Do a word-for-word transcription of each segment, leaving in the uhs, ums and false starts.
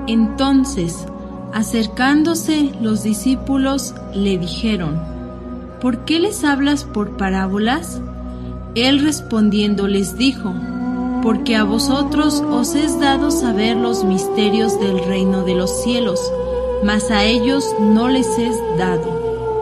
Entonces, acercándose los discípulos, le dijeron: ¿Por qué les hablas por parábolas? Él respondiendo les dijo: Porque a vosotros os es dado saber los misterios del reino de los cielos, mas a ellos no les es dado.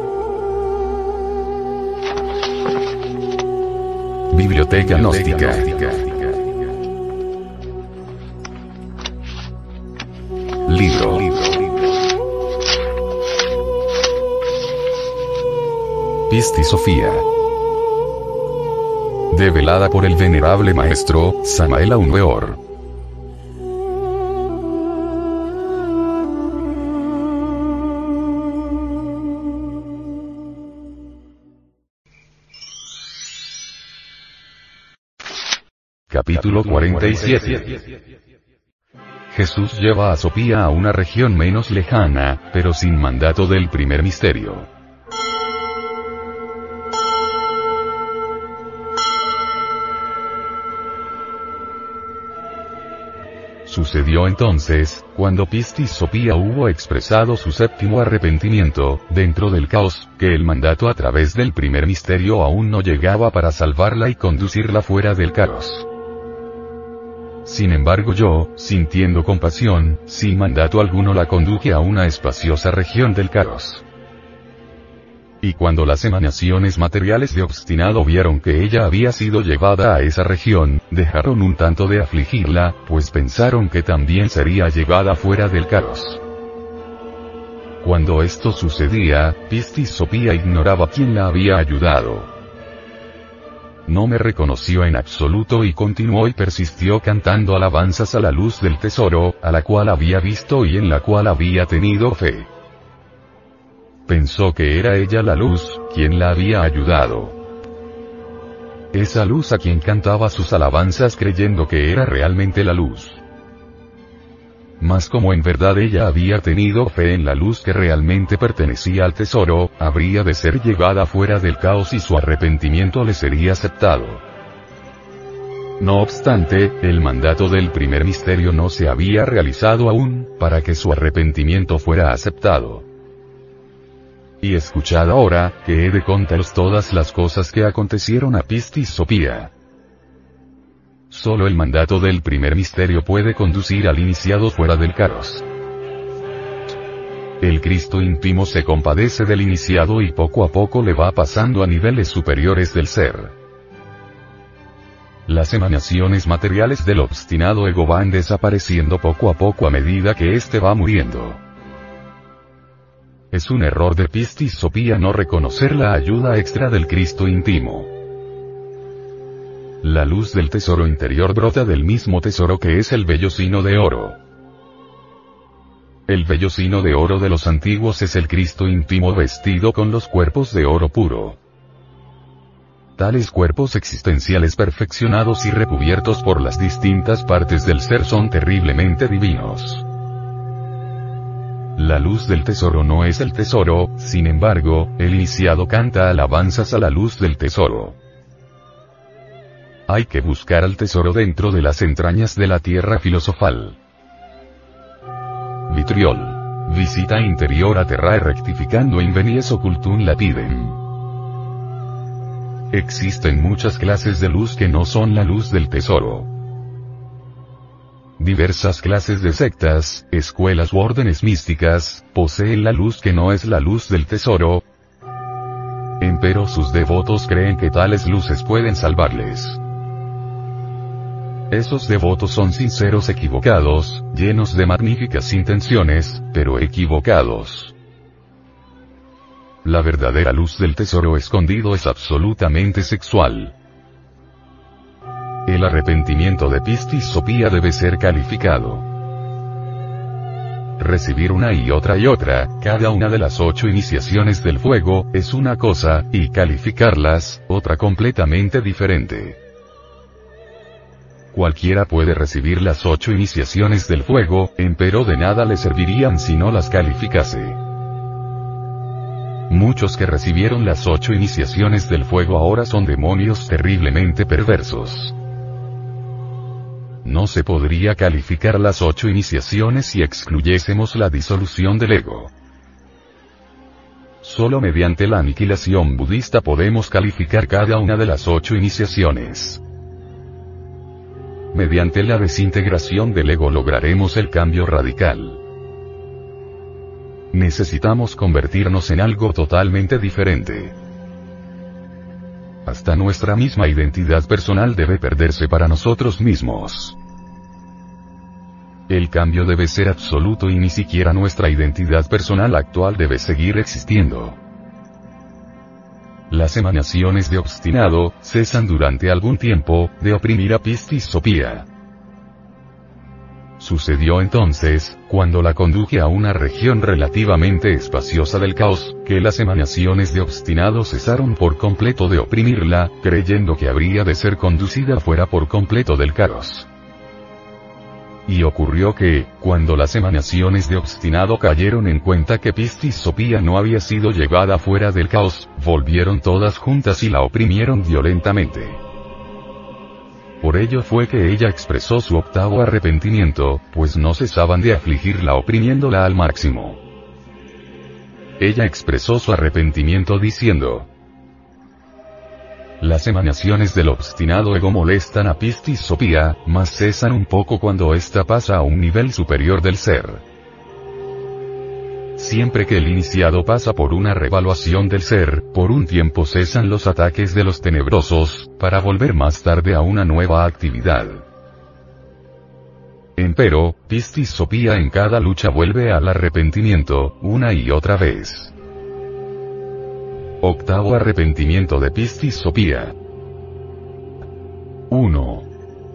Biblioteca Gnóstica. Libro. Pisti Sofía. Develada por el venerable maestro Samael Aun Weor. Capítulo cuarenta y siete. Jesús lleva a Sofía a una región menos lejana, pero sin mandato del primer misterio. Sucedió entonces, cuando Pistis Sofía hubo expresado su séptimo arrepentimiento, dentro del caos, que el mandato a través del primer misterio aún no llegaba para salvarla y conducirla fuera del caos. Sin embargo yo, sintiendo compasión, sin mandato alguno la conduje a una espaciosa región del caos. Y cuando las emanaciones materiales de obstinado vieron que ella había sido llevada a esa región, dejaron un tanto de afligirla, pues pensaron que también sería llevada fuera del caos. Cuando esto sucedía, Pistis Sofía ignoraba quién la había ayudado. No me reconoció en absoluto y continuó y persistió cantando alabanzas a la luz del tesoro, a la cual había visto y en la cual había tenido fe. Pensó que era ella la luz, quien la había ayudado. Esa luz a quien cantaba sus alabanzas creyendo que era realmente la luz. Mas como en verdad ella había tenido fe en la luz que realmente pertenecía al tesoro, habría de ser llevada fuera del caos y su arrepentimiento le sería aceptado. No obstante, el mandato del primer misterio no se había realizado aún, para que su arrepentimiento fuera aceptado. Y escuchad ahora, que he de contaros todas las cosas que acontecieron a Pistis Sofía. Solo el mandato del primer misterio puede conducir al iniciado fuera del caos. El Cristo íntimo se compadece del iniciado y poco a poco le va pasando a niveles superiores del ser. Las emanaciones materiales del obstinado ego van desapareciendo poco a poco a medida que éste va muriendo. Es un error de Pistis Sofía no reconocer la ayuda extra del Cristo íntimo. La luz del tesoro interior brota del mismo tesoro que es el vellocino de oro. El vellocino de oro de los antiguos es el Cristo íntimo vestido con los cuerpos de oro puro. Tales cuerpos existenciales perfeccionados y recubiertos por las distintas partes del ser son terriblemente divinos. La luz del tesoro no es el tesoro, sin embargo, el iniciado canta alabanzas a la luz del tesoro. Hay que buscar al tesoro dentro de las entrañas de la tierra filosofal. Vitriol. Visita interior a terrae rectificando invenies occultum lapidem. Existen muchas clases de luz que no son la luz del tesoro. Diversas clases de sectas, escuelas u órdenes místicas, poseen la luz que no es la luz del tesoro. Empero sus devotos creen que tales luces pueden salvarles. Esos devotos son sinceros equivocados, llenos de magníficas intenciones, pero equivocados. La verdadera luz del tesoro escondido es absolutamente sexual. El arrepentimiento de Pistis Sofía debe ser calificado. Recibir una y otra y otra, cada una de las ocho iniciaciones del fuego, es una cosa, y calificarlas, otra completamente diferente. Cualquiera puede recibir las ocho iniciaciones del fuego, empero de nada le servirían si no las calificase. Muchos que recibieron las ocho iniciaciones del fuego ahora son demonios terriblemente perversos. no se podría calificar las ocho iniciaciones si excluyésemos la disolución del ego. Solo mediante la aniquilación budista podemos calificar cada una de las ocho iniciaciones. Mediante la desintegración del ego lograremos el cambio radical. Necesitamos convertirnos en algo totalmente diferente. Hasta nuestra misma identidad personal debe perderse para nosotros mismos. El cambio debe ser absoluto y ni siquiera nuestra identidad personal actual debe seguir existiendo. Las emanaciones de obstinado cesan durante algún tiempo de oprimir a Pistis Sophia. Sucedió entonces, cuando la conduje a una región relativamente espaciosa del caos, que las emanaciones de obstinado cesaron por completo de oprimirla, creyendo que habría de ser conducida fuera por completo del caos. Y ocurrió que, cuando las emanaciones de obstinado cayeron en cuenta que Pistis Sophia no había sido llevada fuera del caos, volvieron todas juntas y la oprimieron violentamente. Por ello fue que ella expresó su octavo arrepentimiento, pues no cesaban de afligirla oprimiéndola al máximo. Ella expresó su arrepentimiento diciendo: las emanaciones del obstinado ego molestan a Pistis Sophia, mas cesan un poco cuando ésta pasa a un nivel superior del ser. Siempre que el iniciado pasa por una revaluación del ser, por un tiempo cesan los ataques de los tenebrosos, para volver más tarde a una nueva actividad. Empero, Pistis Sophia en cada lucha vuelve al arrepentimiento, una y otra vez. Octavo arrepentimiento de Pistis Sophia. uno.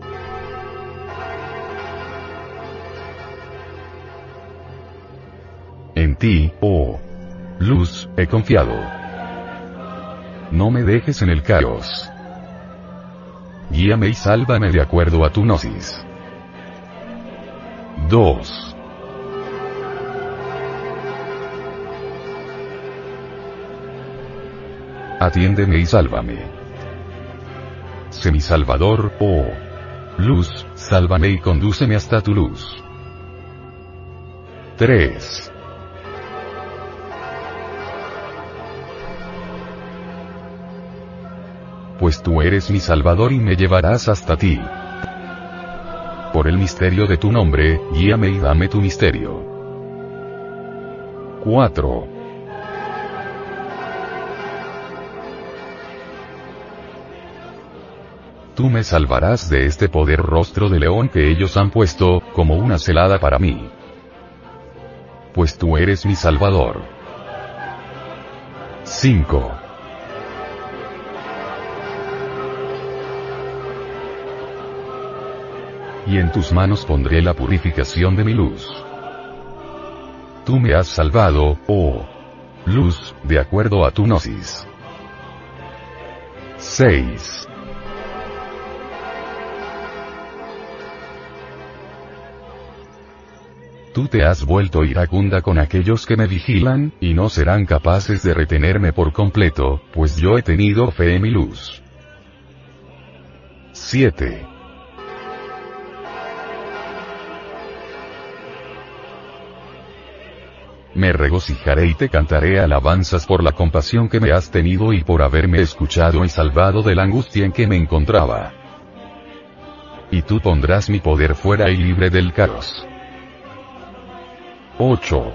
En ti, oh luz, he confiado. No me dejes en el caos. Guíame y sálvame de acuerdo a tu gnosis. dos. Atiéndeme y sálvame. Sé mi salvador, oh luz, sálvame y condúceme hasta tu luz. tres. Pues tú eres mi salvador y me llevarás hasta ti. Por el misterio de tu nombre, guíame y dame tu misterio. cuatro. Tú me salvarás de este poder rostro de león que ellos han puesto, como una celada para mí. Pues tú eres mi salvador. cinco. Y en tus manos pondré la purificación de mi luz. Tú me has salvado, oh luz, de acuerdo a tu gnosis. seis. Tú te has vuelto iracunda con aquellos que me vigilan, y no serán capaces de retenerme por completo, pues yo he tenido fe en mi luz. siete. Me regocijaré y te cantaré alabanzas por la compasión que me has tenido y por haberme escuchado y salvado de la angustia en que me encontraba. Y tú pondrás mi poder fuera y libre del caos. ocho.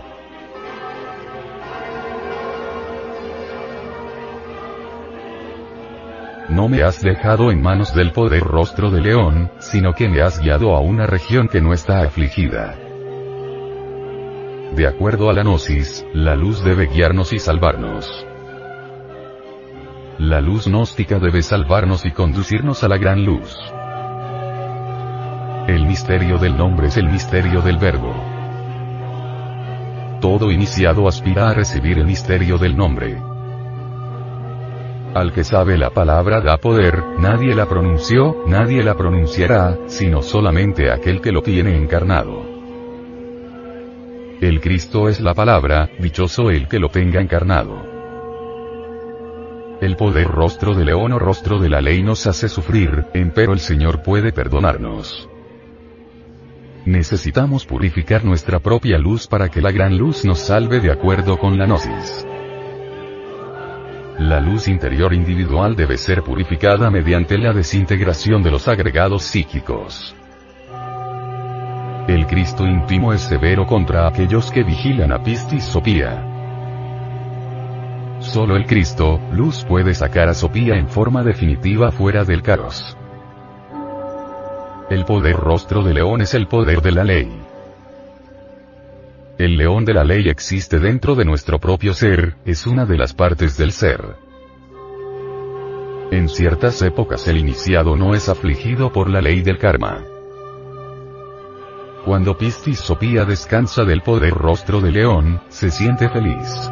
No me has dejado en manos del poder rostro de león, sino que me has guiado a una región que no está afligida. De acuerdo a la gnosis, la luz debe guiarnos y salvarnos. La luz gnóstica debe salvarnos y conducirnos a la gran luz. El misterio del nombre es el misterio del verbo. Todo iniciado aspira a recibir el misterio del nombre. Al que sabe la palabra da poder, nadie la pronunció, nadie la pronunciará, sino solamente aquel que lo tiene encarnado. El Cristo es la palabra, dichoso el que lo tenga encarnado. El poder rostro de león o rostro de la ley nos hace sufrir, empero el Señor puede perdonarnos. Necesitamos purificar nuestra propia luz para que la gran luz nos salve de acuerdo con la gnosis. La luz interior individual debe ser purificada mediante la desintegración de los agregados psíquicos. El Cristo íntimo es severo contra aquellos que vigilan a Pistis Sophia. Solo el Cristo, luz, puede sacar a Sophia en forma definitiva fuera del caos. El poder rostro de león es el poder de la ley. El león de la ley existe dentro de nuestro propio ser, es una de las partes del ser. En ciertas épocas el iniciado no es afligido por la ley del karma. Cuando Pistis Sophia descansa del poder rostro de león, se siente feliz.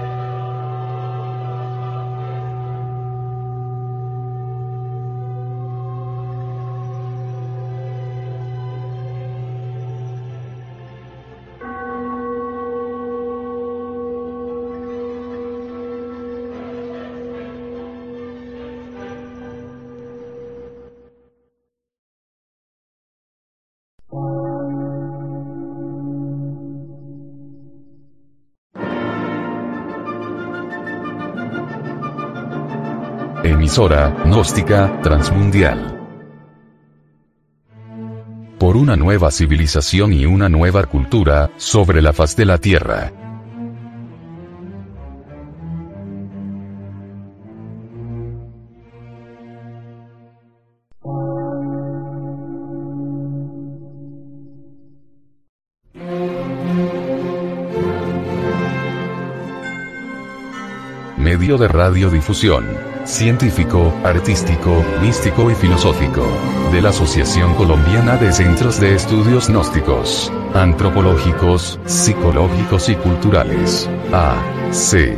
Emisora gnóstica transmundial. Por una nueva civilización y una nueva cultura sobre la faz de la Tierra. Medio de radiodifusión científico, artístico, místico y filosófico, de la Asociación Colombiana de Centros de Estudios Gnósticos, Antropológicos, Psicológicos y Culturales, A C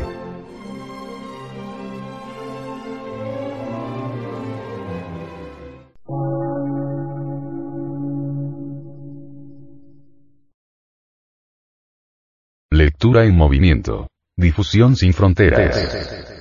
Lectura en movimiento. Difusión sin fronteras.